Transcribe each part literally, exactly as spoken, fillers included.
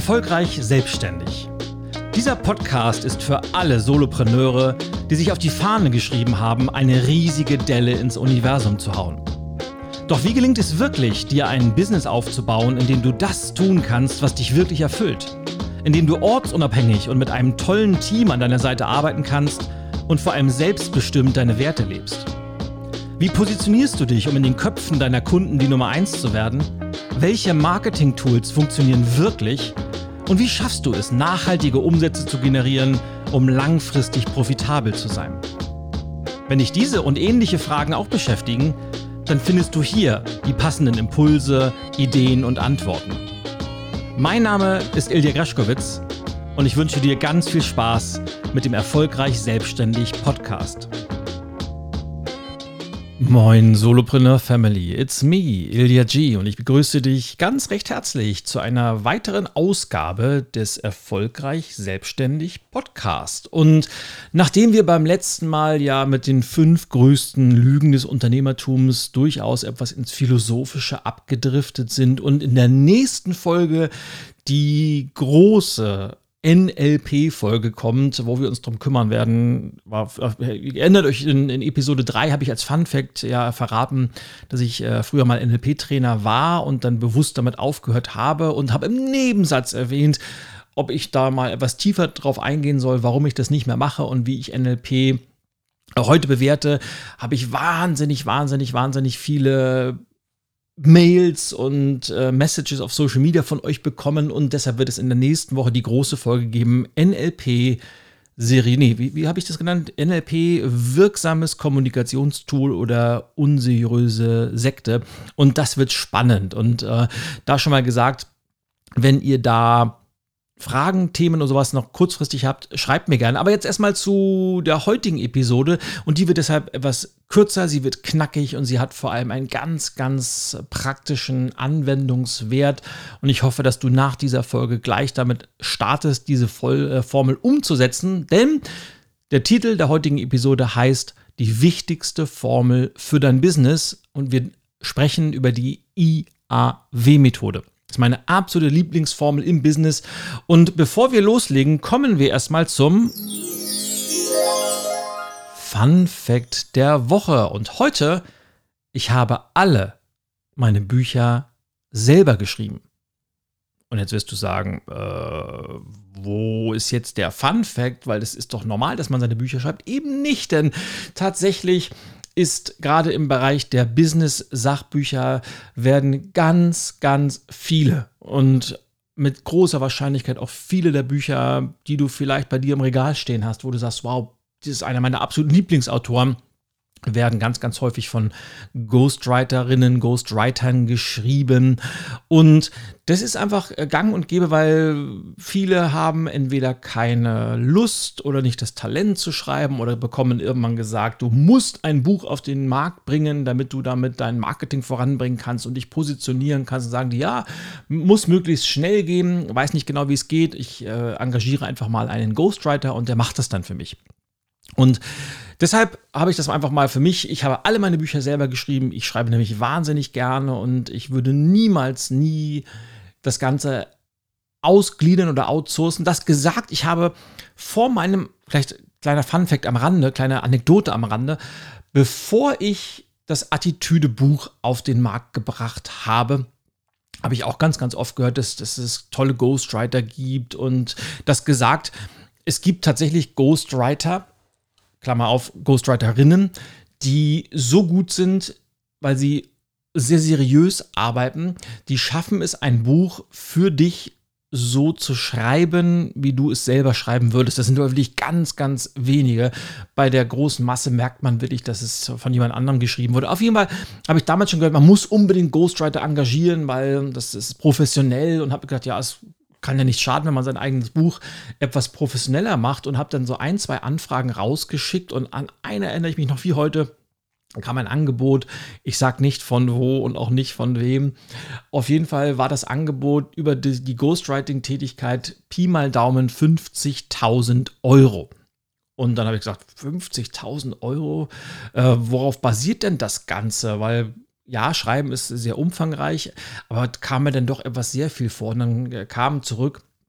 Erfolgreich selbstständig. Dieser Podcast ist für alle Solopreneure, die sich auf die Fahne geschrieben haben, eine riesige Delle ins Universum zu hauen. Doch wie gelingt es wirklich, dir ein Business aufzubauen, in dem du das tun kannst, was dich wirklich erfüllt? In dem du ortsunabhängig und mit einem tollen Team an deiner Seite arbeiten kannst und vor allem selbstbestimmt deine Werte lebst? Wie positionierst du dich, um in den Köpfen deiner Kunden die Nummer eins zu werden? Welche Marketing-Tools funktionieren wirklich? Und wie schaffst du es, nachhaltige Umsätze zu generieren, um langfristig profitabel zu sein? Wenn dich diese und ähnliche Fragen auch beschäftigen, dann findest du hier die passenden Impulse, Ideen und Antworten. Mein Name ist Ilja Greschkowitz und ich wünsche dir ganz viel Spaß mit dem Erfolgreich Selbstständig Podcast. Moin Solopreneur Family, it's me, Ilja G. und ich begrüße dich ganz recht herzlich zu einer weiteren Ausgabe des Erfolgreich Selbstständig Podcast. Und nachdem wir beim letzten Mal ja mit den fünf größten Lügen des Unternehmertums durchaus etwas ins Philosophische abgedriftet sind und in der nächsten Folge die große N L P-Folge kommt, wo wir uns darum kümmern werden. Ihr erinnert euch, in, in Episode drei habe ich als Fun-Fact ja verraten, dass ich äh, früher mal N L P-Trainer war und dann bewusst damit aufgehört habe und habe im Nebensatz erwähnt, ob ich da mal etwas tiefer drauf eingehen soll, warum ich das nicht mehr mache und wie ich N L P heute bewerte. Habe ich wahnsinnig, wahnsinnig, wahnsinnig viele Mails und äh, Messages auf Social Media von euch bekommen und deshalb wird es in der nächsten Woche die große Folge geben, N L P-Serie, nee, wie, wie habe ich das genannt? N L P, wirksames Kommunikationstool oder unseriöse Sekte und das wird spannend und äh, da schon mal gesagt, wenn ihr da Fragen, Themen oder sowas noch kurzfristig habt, schreibt mir gerne. Aber jetzt erstmal zu der heutigen Episode und die wird deshalb etwas kürzer, sie wird knackig und sie hat vor allem einen ganz, ganz praktischen Anwendungswert und ich hoffe, dass du nach dieser Folge gleich damit startest, diese Voll- äh, Formel umzusetzen, denn der Titel der heutigen Episode heißt die wichtigste Formel für dein Business und wir sprechen über die I A W-Methode. Das ist meine absolute Lieblingsformel im Business. Und bevor wir loslegen, kommen wir erstmal zum Fun Fact der Woche. Und heute, ich habe alle meine Bücher selber geschrieben. Und jetzt wirst du sagen, äh, wo ist jetzt der Fun Fact? Weil das ist doch normal, dass man seine Bücher schreibt. Eben nicht, denn tatsächlich ist gerade im Bereich der Business-Sachbücher werden ganz, ganz viele und mit großer Wahrscheinlichkeit auch viele der Bücher, die du vielleicht bei dir im Regal stehen hast, wo du sagst, wow, das ist einer meiner absoluten Lieblingsautoren, werden ganz, ganz häufig von Ghostwriterinnen, Ghostwritern geschrieben und das ist einfach gang und gäbe, weil viele haben entweder keine Lust oder nicht das Talent zu schreiben oder bekommen irgendwann gesagt, du musst ein Buch auf den Markt bringen, damit du damit dein Marketing voranbringen kannst und dich positionieren kannst und sagen die, ja, muss möglichst schnell gehen, weiß nicht genau, wie es geht, ich äh, engagiere einfach mal einen Ghostwriter und der macht das dann für mich. Und deshalb habe ich das einfach mal für mich, ich habe alle meine Bücher selber geschrieben, ich schreibe nämlich wahnsinnig gerne und ich würde niemals, nie das Ganze ausgliedern oder outsourcen. Das gesagt, ich habe vor meinem, vielleicht kleiner Funfact am Rande, kleine Anekdote am Rande, bevor ich das Attitüde-Buch auf den Markt gebracht habe, habe ich auch ganz, ganz oft gehört, dass, dass es tolle Ghostwriter gibt und das gesagt, es gibt tatsächlich Ghostwriter, Klammer auf, Ghostwriterinnen, die so gut sind, weil sie sehr seriös arbeiten, die schaffen es, ein Buch für dich so zu schreiben, wie du es selber schreiben würdest. Das sind wirklich ganz, ganz wenige. Bei der großen Masse merkt man wirklich, dass es von jemand anderem geschrieben wurde. Auf jeden Fall habe ich damals schon gehört, man muss unbedingt Ghostwriter engagieren, weil das ist professionell und habe gedacht, ja, es kann ja nicht schaden, wenn man sein eigenes Buch etwas professioneller macht und habe dann so ein, zwei Anfragen rausgeschickt und an eine erinnere ich mich noch wie heute, kam ein Angebot, ich sage nicht von wo und auch nicht von wem. Auf jeden Fall war das Angebot über die, die Ghostwriting-Tätigkeit Pi mal Daumen fünfzigtausend Euro. Und dann habe ich gesagt, fünfzigtausend Euro, äh, worauf basiert denn das Ganze? Weil ja, Schreiben ist sehr umfangreich, aber kam mir dann doch etwas sehr viel vor. Und dann kam zurück,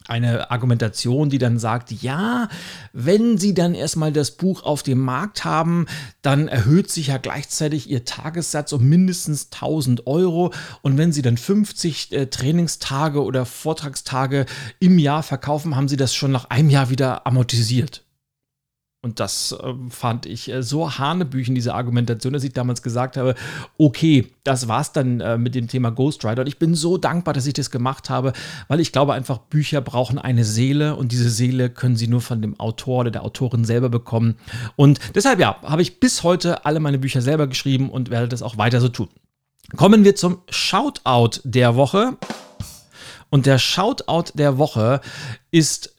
Eine Argumentation, die dann sagt, ja, wenn Sie dann erstmal das Buch auf dem Markt haben, dann erhöht sich ja gleichzeitig Ihr Tagessatz um mindestens tausend Euro. Und wenn Sie dann fünfzig äh, Trainingstage oder Vortragstage im Jahr verkaufen, haben Sie das schon nach einem Jahr wieder amortisiert. Und das äh, fand ich äh, so hanebüchen, diese Argumentation, dass ich damals gesagt habe, okay, das war's dann äh, mit dem Thema Ghostwriter. Und ich bin so dankbar, dass ich das gemacht habe, weil ich glaube einfach, Bücher brauchen eine Seele und diese Seele können sie nur von dem Autor oder der Autorin selber bekommen. Und deshalb, ja, habe ich bis heute alle meine Bücher selber geschrieben und werde das auch weiter so tun. Kommen wir zum Shoutout der Woche. Und der Shoutout der Woche ist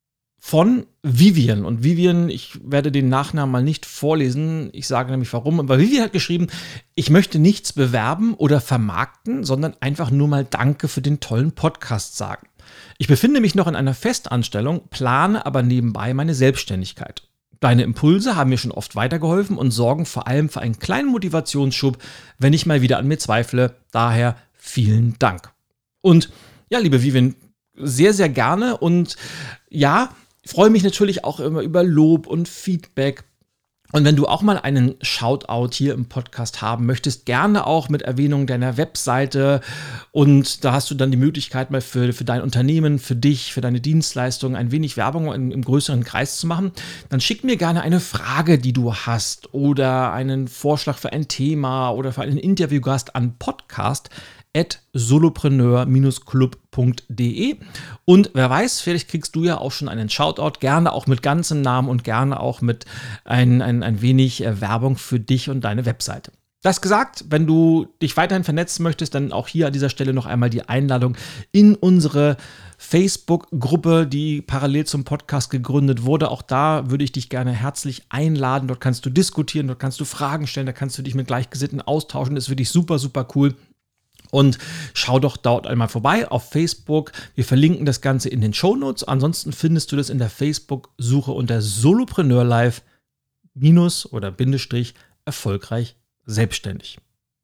von Vivian. Und Vivian, ich werde den Nachnamen mal nicht vorlesen. Ich sage nämlich warum. Aber Vivian hat geschrieben, ich möchte nichts bewerben oder vermarkten, sondern einfach nur mal Danke für den tollen Podcast sagen. Ich befinde mich noch in einer Festanstellung, plane aber nebenbei meine Selbstständigkeit. Deine Impulse haben mir schon oft weitergeholfen und sorgen vor allem für einen kleinen Motivationsschub, wenn ich mal wieder an mir zweifle. Daher vielen Dank. Und ja, liebe Vivian, sehr, sehr gerne. Und ja, ich freue mich natürlich auch immer über Lob und Feedback. Und wenn du auch mal einen Shoutout hier im Podcast haben möchtest, gerne auch mit Erwähnung deiner Webseite. Und da hast du dann die Möglichkeit, mal für, für dein Unternehmen, für dich, für deine Dienstleistungen ein wenig Werbung im, im größeren Kreis zu machen. Dann schick mir gerne eine Frage, die du hast oder einen Vorschlag für ein Thema oder für einen Interviewgast an podcast at solopreneur club punkt de. Und wer weiß, vielleicht kriegst du ja auch schon einen Shoutout, gerne auch mit ganzem Namen und gerne auch mit ein, ein, ein wenig Werbung für dich und deine Webseite. Das gesagt, wenn du dich weiterhin vernetzen möchtest, dann auch hier an dieser Stelle noch einmal die Einladung in unsere Facebook-Gruppe, die parallel zum Podcast gegründet wurde. Auch da würde ich dich gerne herzlich einladen. Dort kannst du diskutieren, dort kannst du Fragen stellen, da kannst du dich mit Gleichgesinnten austauschen. Das ist wirklich super, super cool. Und schau doch dort einmal vorbei auf Facebook. Wir verlinken das Ganze in den Shownotes. Ansonsten findest du das in der Facebook-Suche unter Solopreneur Live minus oder Bindestrich erfolgreich selbstständig.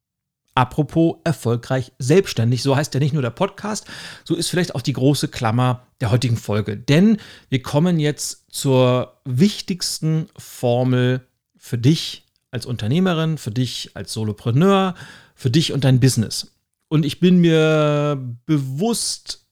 Apropos erfolgreich selbstständig, so heißt ja nicht nur der Podcast, so ist vielleicht auch die große Klammer der heutigen Folge. Denn wir kommen jetzt zur wichtigsten Formel für dich als Unternehmerin, für dich als Solopreneur, für dich und dein Business. Und ich bin mir bewusst,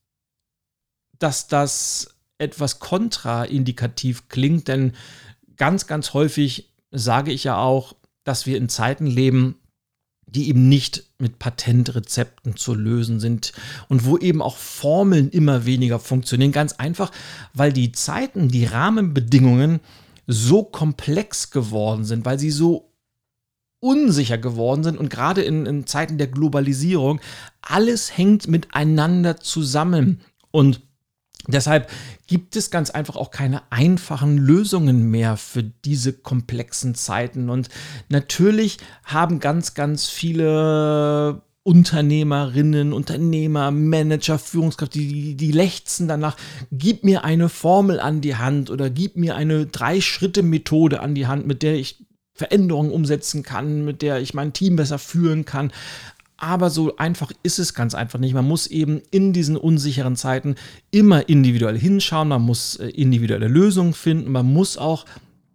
dass das etwas kontraindikativ klingt, denn ganz, ganz häufig sage ich ja auch, dass wir in Zeiten leben, die eben nicht mit Patentrezepten zu lösen sind und wo eben auch Formeln immer weniger funktionieren. Ganz einfach, weil die Zeiten, die Rahmenbedingungen so komplex geworden sind, weil sie so unsicher geworden sind und gerade in, in Zeiten der Globalisierung, alles hängt miteinander zusammen und deshalb gibt es ganz einfach auch keine einfachen Lösungen mehr für diese komplexen Zeiten und natürlich haben ganz, ganz viele Unternehmerinnen, Unternehmer, Manager, Führungskräfte, die, die lechzen danach, gib mir eine Formel an die Hand oder gib mir eine Drei-Schritte-Methode an die Hand, mit der ich Veränderungen umsetzen kann, mit der ich mein Team besser führen kann. Aber so einfach ist es ganz einfach nicht. Man muss eben in diesen unsicheren Zeiten immer individuell hinschauen, man muss individuelle Lösungen finden, man muss auch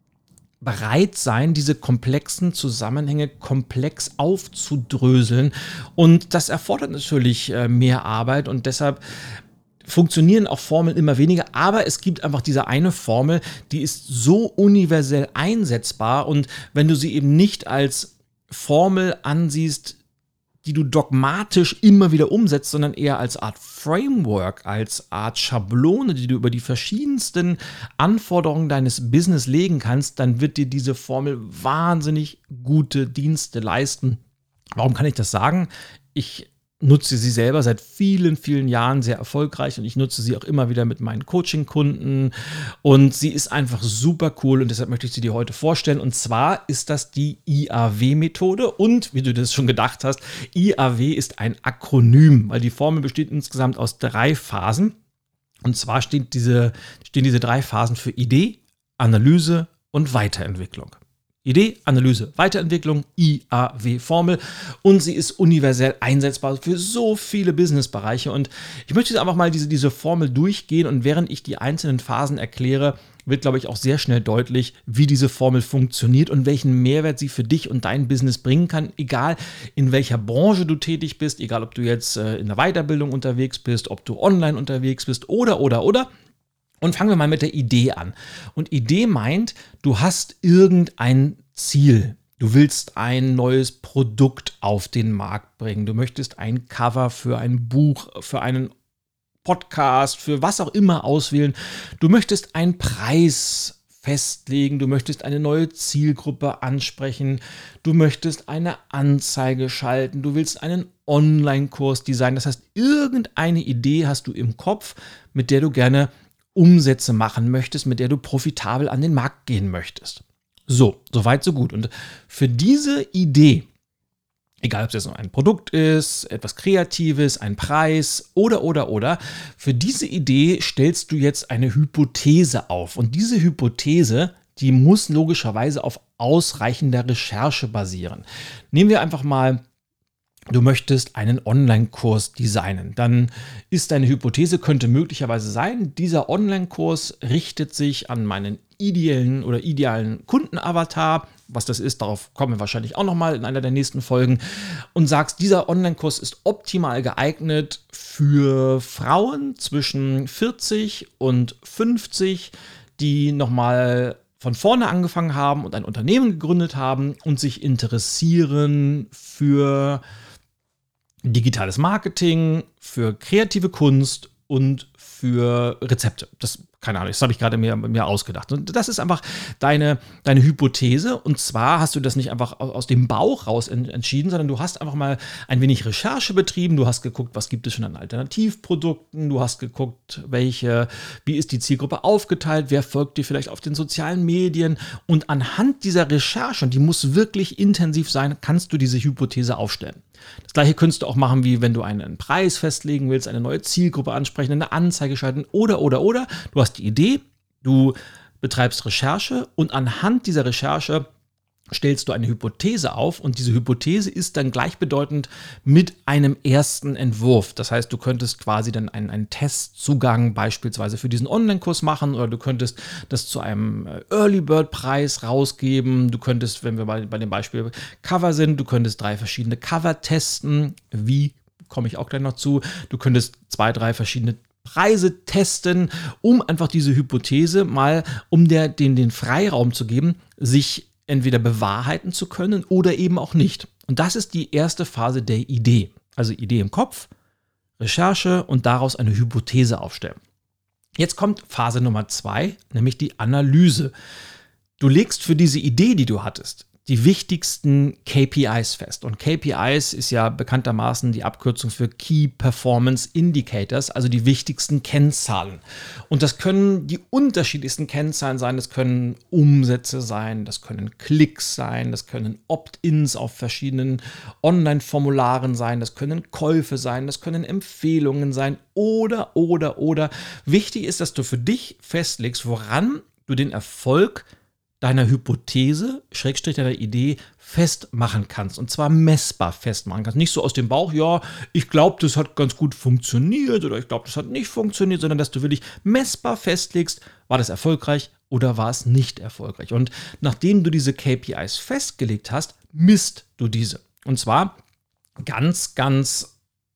bereit sein, diese komplexen Zusammenhänge komplex aufzudröseln. Und das erfordert natürlich mehr Arbeit und deshalb funktionieren auch Formeln immer weniger, aber es gibt einfach diese eine Formel, die ist so universell einsetzbar und wenn du sie eben nicht als Formel ansiehst, die du dogmatisch immer wieder umsetzt, sondern eher als Art Framework, als Art Schablone, die du über die verschiedensten Anforderungen deines Business legen kannst, dann wird dir diese Formel wahnsinnig gute Dienste leisten. Warum kann ich das sagen? Ich nutze sie selber seit vielen, vielen Jahren sehr erfolgreich und ich nutze sie auch immer wieder mit meinen Coaching-Kunden und sie ist einfach super cool und deshalb möchte ich sie dir heute vorstellen und zwar ist das die I A W-Methode und wie du das schon gedacht hast, I A W ist ein Akronym, weil die Formel besteht insgesamt aus drei Phasen und zwar stehen diese, stehen diese drei Phasen für Idee, Analyse und Weiterentwicklung. Idee, Analyse, Weiterentwicklung, I A W-Formel, und sie ist universell einsetzbar für so viele Businessbereiche, und ich möchte jetzt einfach mal diese, diese Formel durchgehen, und während ich die einzelnen Phasen erkläre, wird, glaube ich, auch sehr schnell deutlich, wie diese Formel funktioniert und welchen Mehrwert sie für dich und dein Business bringen kann, egal in welcher Branche du tätig bist, egal ob du jetzt äh, in der Weiterbildung unterwegs bist, ob du online unterwegs bist oder, oder, oder. Und fangen wir mal mit der Idee an. Und Idee meint, du hast irgendein Ziel. Du willst ein neues Produkt auf den Markt bringen. Du möchtest ein Cover für ein Buch, für einen Podcast, für was auch immer auswählen. Du möchtest einen Preis festlegen. Du möchtest eine neue Zielgruppe ansprechen. Du möchtest eine Anzeige schalten. Du willst einen Online-Kurs designen. Das heißt, irgendeine Idee hast du im Kopf, mit der du gerne Umsätze machen möchtest, mit der du profitabel an den Markt gehen möchtest. So, soweit, so gut. Und für diese Idee, egal ob es jetzt ein Produkt ist, etwas Kreatives, ein Preis oder, oder, oder, für diese Idee stellst du jetzt eine Hypothese auf. Und diese Hypothese, die muss logischerweise auf ausreichender Recherche basieren. Nehmen wir einfach mal, du möchtest einen Online-Kurs designen. Dann ist deine Hypothese, könnte möglicherweise sein, dieser Online-Kurs richtet sich an meinen ideellen oder idealen Kundenavatar. Was das ist, darauf kommen wir wahrscheinlich auch nochmal in einer der nächsten Folgen. Und sagst, dieser Online-Kurs ist optimal geeignet für Frauen zwischen vierzig und fünfzig, die nochmal von vorne angefangen haben und ein Unternehmen gegründet haben und sich interessieren für digitales Marketing, für kreative Kunst und für Rezepte. Das, keine Ahnung, das habe ich gerade mir, mir ausgedacht. Und das ist einfach deine, deine Hypothese. Und zwar hast du das nicht einfach aus dem Bauch raus entschieden, sondern du hast einfach mal ein wenig Recherche betrieben. Du hast geguckt, was gibt es schon an Alternativprodukten. Du hast geguckt, welche, wie ist die Zielgruppe aufgeteilt, wer folgt dir vielleicht auf den sozialen Medien. Und anhand dieser Recherche, und die muss wirklich intensiv sein, kannst du diese Hypothese aufstellen. Das gleiche könntest du auch machen, wie wenn du einen Preis festlegen willst, eine neue Zielgruppe ansprechen, eine Anzeige schalten oder, oder, oder. Du hast die Idee, du betreibst Recherche, und anhand dieser Recherche stellst du eine Hypothese auf, und diese Hypothese ist dann gleichbedeutend mit einem ersten Entwurf. Das heißt, du könntest quasi dann einen, einen Testzugang beispielsweise für diesen Online-Kurs machen, oder du könntest das zu einem Early-Bird-Preis rausgeben. Du könntest, wenn wir bei, bei dem Beispiel Cover sind, du könntest drei verschiedene Cover testen. Wie, komme ich auch gleich noch zu. Du könntest zwei, drei verschiedene Preise testen, um einfach diese Hypothese mal, um der, den, den Freiraum zu geben, sich entweder bewahrheiten zu können oder eben auch nicht. Und das ist die erste Phase der Idee. Also Idee im Kopf, Recherche und daraus eine Hypothese aufstellen. Jetzt kommt Phase Nummer zwei, nämlich die Analyse. Du legst für diese Idee, die du hattest, die wichtigsten K P Is fest. Und K P Is ist ja bekanntermaßen die Abkürzung für Key Performance Indicators, also die wichtigsten Kennzahlen. Und das können die unterschiedlichsten Kennzahlen sein. Das können Umsätze sein, das können Klicks sein, das können Opt-ins auf verschiedenen Online-Formularen sein, das können Käufe sein, das können Empfehlungen sein oder, oder, oder. Wichtig ist, dass du für dich festlegst, woran du den Erfolg deiner Hypothese, Schrägstrich deiner Idee festmachen kannst. Und zwar messbar festmachen kannst. Nicht so aus dem Bauch, ja, ich glaube, das hat ganz gut funktioniert oder ich glaube, das hat nicht funktioniert, sondern dass du wirklich messbar festlegst, war das erfolgreich oder war es nicht erfolgreich. Und nachdem du diese K P Is festgelegt hast, misst du diese. Und zwar ganz, ganz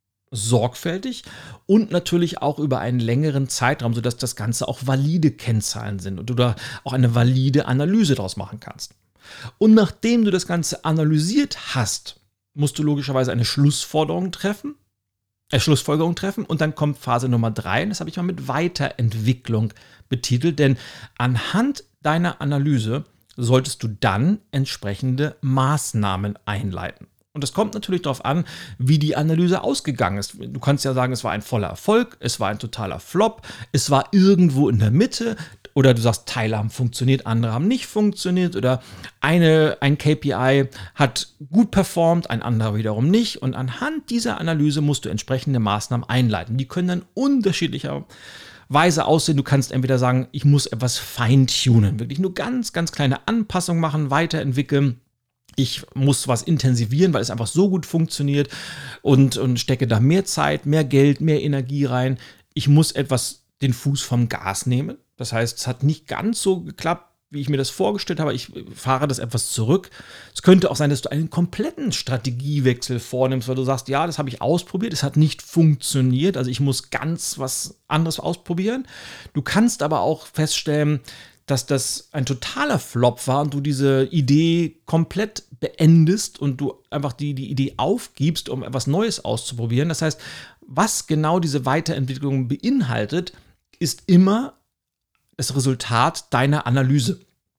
sorgfältig und natürlich auch über einen längeren Zeitraum, sodass das Ganze auch valide Kennzahlen sind und du da auch eine valide Analyse daraus machen kannst. Und nachdem du das Ganze analysiert hast, musst du logischerweise eine Schlussforderung treffen, äh, Schlussfolgerung treffen, und dann kommt Phase Nummer drei, und das habe ich mal mit Weiterentwicklung betitelt, denn anhand deiner Analyse solltest du dann entsprechende Maßnahmen einleiten. Und es kommt natürlich darauf an, wie die Analyse ausgegangen ist. Du kannst ja sagen, es war ein voller Erfolg, es war ein totaler Flop, es war irgendwo in der Mitte, oder du sagst, Teile haben funktioniert, andere haben nicht funktioniert, oder eine, ein K P I hat gut performt, ein anderer wiederum nicht. Und anhand dieser Analyse musst du entsprechende Maßnahmen einleiten. Die können dann unterschiedlicher weise aussehen. Du kannst entweder sagen, ich muss etwas feintunen, wirklich nur ganz, ganz kleine Anpassungen machen, weiterentwickeln. Ich muss was intensivieren, weil es einfach so gut funktioniert und, und stecke da mehr Zeit, mehr Geld, mehr Energie rein. Ich muss etwas den Fuß vom Gas nehmen. Das heißt, es hat nicht ganz so geklappt, wie ich mir das vorgestellt habe. Ich fahre das etwas zurück. Es könnte auch sein, dass du einen kompletten Strategiewechsel vornimmst, weil du sagst, ja, das habe ich ausprobiert, es hat nicht funktioniert, also ich muss ganz was anderes ausprobieren. Du kannst aber auch feststellen, dass das ein totaler Flop war und du diese Idee komplett beendest und du einfach die, die Idee aufgibst, um etwas Neues auszuprobieren. Das heißt, was genau diese Weiterentwicklung beinhaltet, ist immer das Resultat deiner Analyse.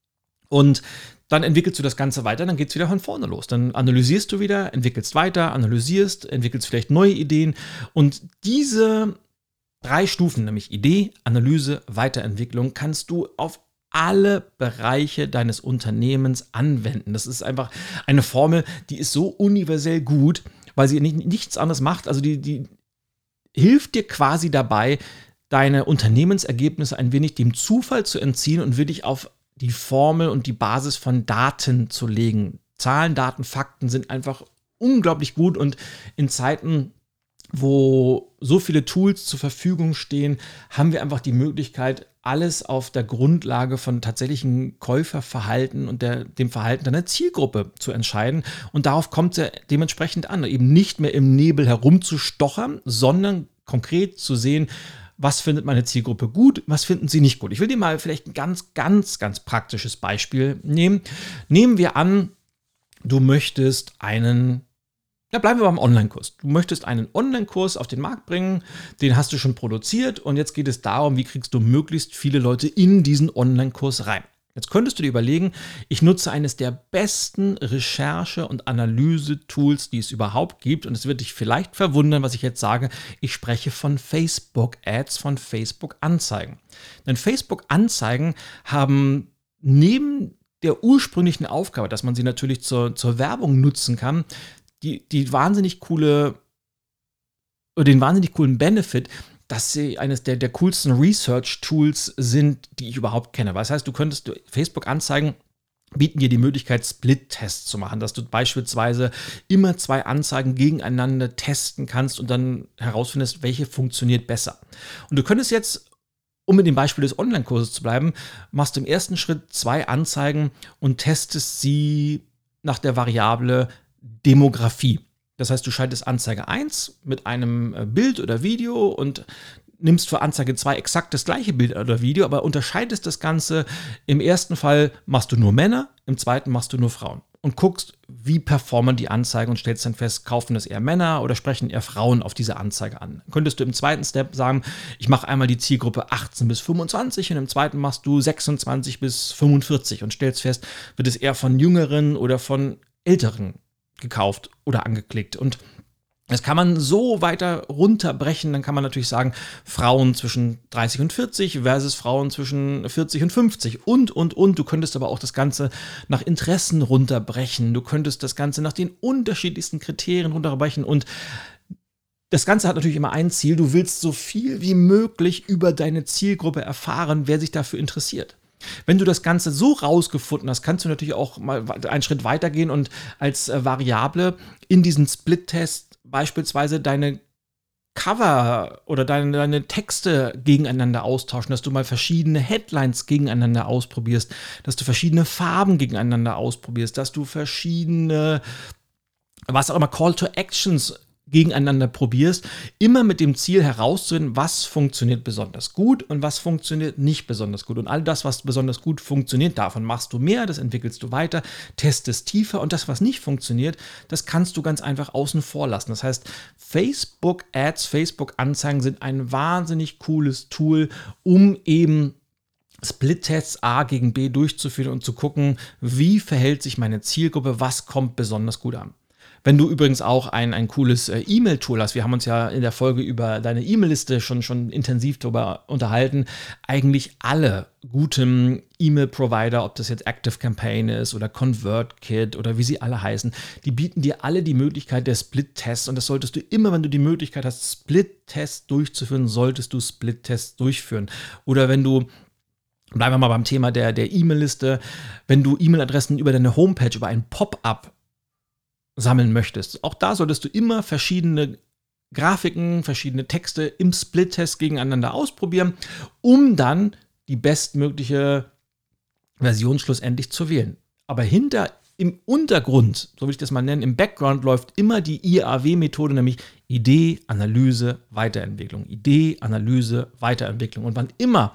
Und dann entwickelst du das Ganze weiter, dann geht es wieder von vorne los. Dann analysierst du wieder, entwickelst weiter, analysierst, entwickelst vielleicht neue Ideen. Und diese drei Stufen, nämlich Idee, Analyse, Weiterentwicklung, kannst du auf alle Bereiche deines Unternehmens anwenden. Das ist einfach eine Formel, die ist so universell gut, weil sie nicht, nichts anderes macht. Also die, die hilft dir quasi dabei, deine Unternehmensergebnisse ein wenig dem Zufall zu entziehen und wirklich auf die Formel und die Basis von Daten zu legen. Zahlen, Daten, Fakten sind einfach unglaublich gut und in Zeiten, wo so viele Tools zur Verfügung stehen, haben wir einfach die Möglichkeit, alles auf der Grundlage von tatsächlichen Käuferverhalten und der, dem Verhalten deiner Zielgruppe zu entscheiden. Und darauf kommt es ja dementsprechend an, eben nicht mehr im Nebel herumzustochern, sondern konkret zu sehen, was findet meine Zielgruppe gut, was finden sie nicht gut. Ich will dir mal vielleicht ein ganz, ganz, ganz praktisches Beispiel nehmen. Nehmen wir an, du möchtest einen, ja, bleiben wir beim Online-Kurs. Du möchtest einen Online-Kurs auf den Markt bringen, den hast du schon produziert und jetzt geht es darum, wie kriegst du möglichst viele Leute in diesen Online-Kurs rein. Jetzt könntest du dir überlegen, ich nutze eines der besten Recherche- und Analyse-Tools, die es überhaupt gibt. Und es wird dich vielleicht verwundern, was ich jetzt sage. Ich spreche von Facebook-Ads, von Facebook-Anzeigen. Denn Facebook-Anzeigen haben neben der ursprünglichen Aufgabe, dass man sie natürlich zur, zur Werbung nutzen kann, die, die wahnsinnig coole, oder den wahnsinnig coolen Benefit, dass sie eines der, der coolsten Research-Tools sind, die ich überhaupt kenne. Das heißt, du könntest Facebook-Anzeigen bieten dir die Möglichkeit, Split-Tests zu machen, dass du beispielsweise immer zwei Anzeigen gegeneinander testen kannst und dann herausfindest, welche funktioniert besser. Und du könntest jetzt, um mit dem Beispiel des Online-Kurses zu bleiben, machst du im ersten Schritt zwei Anzeigen und testest sie nach der Variable Demografie. Das heißt, du schaltest Anzeige eins mit einem Bild oder Video und nimmst für Anzeige zwei exakt das gleiche Bild oder Video, aber unterscheidest das Ganze. Im ersten Fall machst du nur Männer, im zweiten machst du nur Frauen. Und guckst, wie performen die Anzeigen und stellst dann fest, kaufen das eher Männer oder sprechen eher Frauen auf diese Anzeige an. Könntest du im zweiten Step sagen, ich mache einmal die Zielgruppe achtzehn bis fünfundzwanzig und im zweiten machst du sechsundzwanzig bis fünfundvierzig und stellst fest, wird es eher von Jüngeren oder von Älteren gekauft oder angeklickt. Und das kann man so weiter runterbrechen. Dann kann man natürlich sagen, Frauen zwischen dreißig und vierzig versus Frauen zwischen vierzig und fünfzig und, und, und. Du könntest aber auch das Ganze nach Interessen runterbrechen. Du könntest das Ganze nach den unterschiedlichsten Kriterien runterbrechen. Und das Ganze hat natürlich immer ein Ziel. Du willst so viel wie möglich über deine Zielgruppe erfahren, wer sich dafür interessiert. Wenn du das Ganze so rausgefunden hast, kannst du natürlich auch mal einen Schritt weitergehen und als äh, Variable in diesen Split-Test beispielsweise deine Cover oder deine, deine Texte gegeneinander austauschen, dass du mal verschiedene Headlines gegeneinander ausprobierst, dass du verschiedene Farben gegeneinander ausprobierst, dass du verschiedene, was auch immer, Call to Actions gegeneinander probierst, immer mit dem Ziel herauszufinden, was funktioniert besonders gut und was funktioniert nicht besonders gut. Und all das, was besonders gut funktioniert, davon machst du mehr, das entwickelst du weiter, testest tiefer und das, was nicht funktioniert, das kannst du ganz einfach außen vor lassen. Das heißt, Facebook-Ads, Facebook-Anzeigen sind ein wahnsinnig cooles Tool, um eben Split-Tests A gegen B durchzuführen und zu gucken, wie verhält sich meine Zielgruppe, was kommt besonders gut an. Wenn du übrigens auch ein, ein cooles äh, E-Mail-Tool hast, wir haben uns ja in der Folge über deine E-Mail-Liste schon, schon intensiv darüber unterhalten, eigentlich alle guten E-Mail-Provider, ob das jetzt ActiveCampaign ist oder ConvertKit oder wie sie alle heißen, die bieten dir alle die Möglichkeit der Split-Tests und das solltest du immer, wenn du die Möglichkeit hast, Split-Tests durchzuführen, solltest du Split-Tests durchführen. Oder wenn du Bleiben wir mal beim Thema der, der E-Mail-Liste. Wenn du E-Mail-Adressen über deine Homepage, über ein Pop-up sammeln möchtest, auch da solltest du immer verschiedene Grafiken, verschiedene Texte im Split-Test gegeneinander ausprobieren, um dann die bestmögliche Version schlussendlich zu wählen. Aber hinter, im Untergrund, so will ich das mal nennen, im Background läuft immer die I A W-Methode, nämlich Idee, Analyse, Weiterentwicklung. Idee, Analyse, Weiterentwicklung. Und wann immer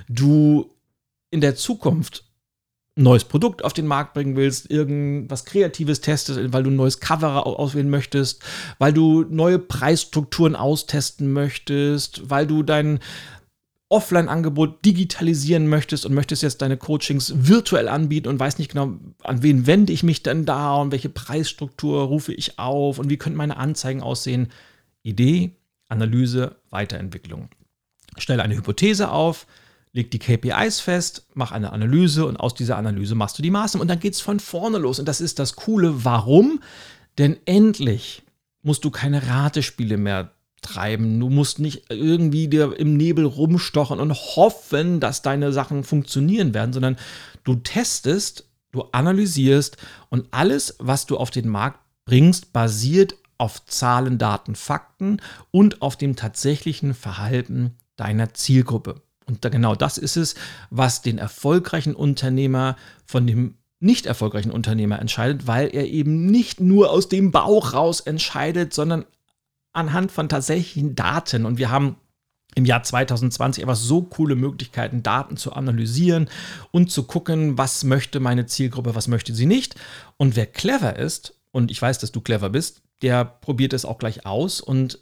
du in der Zukunft ein neues Produkt auf den Markt bringen willst, irgendwas Kreatives testest, weil du ein neues Cover auswählen möchtest, weil du neue Preisstrukturen austesten möchtest, weil du dein Offline-Angebot digitalisieren möchtest und möchtest jetzt deine Coachings virtuell anbieten und weißt nicht genau, an wen wende ich mich denn da und welche Preisstruktur rufe ich auf und wie könnten meine Anzeigen aussehen. Idee, Analyse, Weiterentwicklung. Stelle eine Hypothese auf, leg die K P Is fest, mach eine Analyse und aus dieser Analyse machst du die Maßnahmen und dann geht's von vorne los. Und das ist das Coole. Warum? Denn endlich musst du keine Ratespiele mehr treiben. Du musst nicht irgendwie dir im Nebel rumstochen und hoffen, dass deine Sachen funktionieren werden, sondern du testest, du analysierst und alles, was du auf den Markt bringst, basiert auf Zahlen, Daten, Fakten und auf dem tatsächlichen Verhalten deiner Zielgruppe. Und da, genau das ist es, was den erfolgreichen Unternehmer von dem nicht erfolgreichen Unternehmer entscheidet, weil er eben nicht nur aus dem Bauch raus entscheidet, sondern anhand von tatsächlichen Daten. Und wir haben im Jahr zwanzig zwanzig einfach so coole Möglichkeiten, Daten zu analysieren und zu gucken, was möchte meine Zielgruppe, was möchte sie nicht. Und wer clever ist, und ich weiß, dass du clever bist, der probiert es auch gleich aus und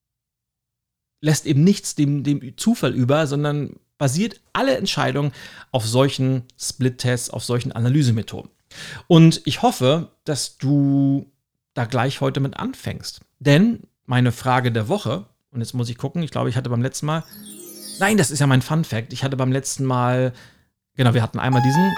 lässt eben nichts dem, dem Zufall über, sondern basiert alle Entscheidungen auf solchen Split-Tests, auf solchen Analysemethoden. Und ich hoffe, dass du da gleich heute mit anfängst. Denn meine Frage der Woche, und jetzt muss ich gucken, ich glaube, ich hatte beim letzten Mal, nein, das ist ja mein Fun-Fact, ich hatte beim letzten Mal, genau, wir hatten einmal diesen,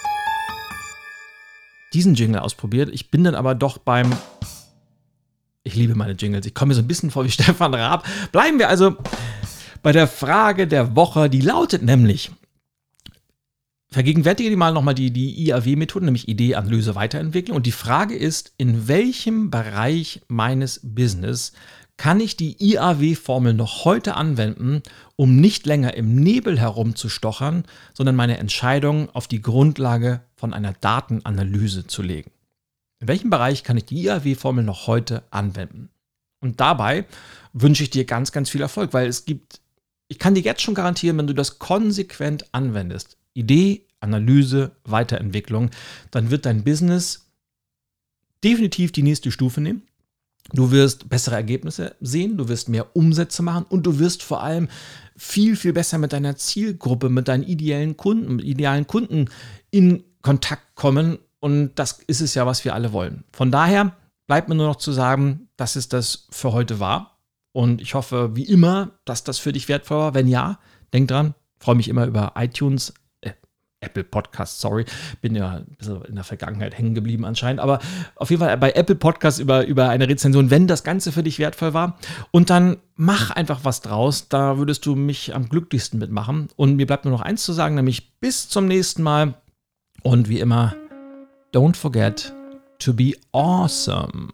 diesen Jingle ausprobiert. Ich bin dann aber doch beim, ich liebe meine Jingles, ich komme mir so ein bisschen vor wie Stefan Raab. Bleiben wir also bei der Frage der Woche, die lautet nämlich, vergegenwärtige dir mal nochmal die, die I A W-Methode, nämlich Idee, Analyse, Weiterentwicklung. Und die Frage ist, in welchem Bereich meines Business kann ich die I A W-Formel noch heute anwenden, um nicht länger im Nebel herumzustochern, sondern meine Entscheidung auf die Grundlage von einer Datenanalyse zu legen? In welchem Bereich kann ich die I A W-Formel noch heute anwenden? Und dabei wünsche ich dir ganz, ganz viel Erfolg, weil es gibt, ich kann dir jetzt schon garantieren, wenn du das konsequent anwendest, Idee, Analyse, Weiterentwicklung, dann wird dein Business definitiv die nächste Stufe nehmen. Du wirst bessere Ergebnisse sehen, du wirst mehr Umsätze machen und du wirst vor allem viel, viel besser mit deiner Zielgruppe, mit deinen ideellen Kunden, mit idealen Kunden in Kontakt kommen. Und das ist es ja, was wir alle wollen. Von daher bleibt mir nur noch zu sagen, dass es das für heute war. Und ich hoffe, wie immer, dass das für dich wertvoll war. Wenn ja, denk dran, freue mich immer über iTunes, äh, Apple Podcasts, sorry, bin ja ein bisschen in der Vergangenheit hängen geblieben anscheinend. Aber auf jeden Fall bei Apple Podcasts über, über eine Rezension, wenn das Ganze für dich wertvoll war. Und dann mach einfach was draus. Da würdest du mich am glücklichsten mitmachen. Und mir bleibt nur noch eins zu sagen, nämlich bis zum nächsten Mal. Und wie immer, don't forget to be awesome.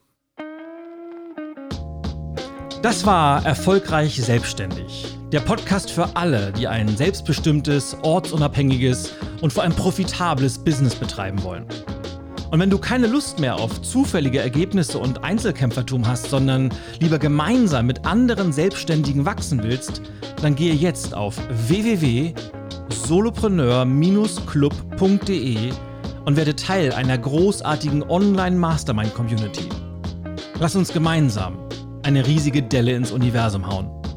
Das war Erfolgreich Selbstständig. Der Podcast für alle, die ein selbstbestimmtes, ortsunabhängiges und vor allem profitables Business betreiben wollen. Und wenn du keine Lust mehr auf zufällige Ergebnisse und Einzelkämpfertum hast, sondern lieber gemeinsam mit anderen Selbstständigen wachsen willst, dann gehe jetzt auf w w w punkt solopreneur Bindestrich club punkt d e und werde Teil einer großartigen Online-Mastermind-Community. Lass uns gemeinsam eine riesige Delle ins Universum hauen.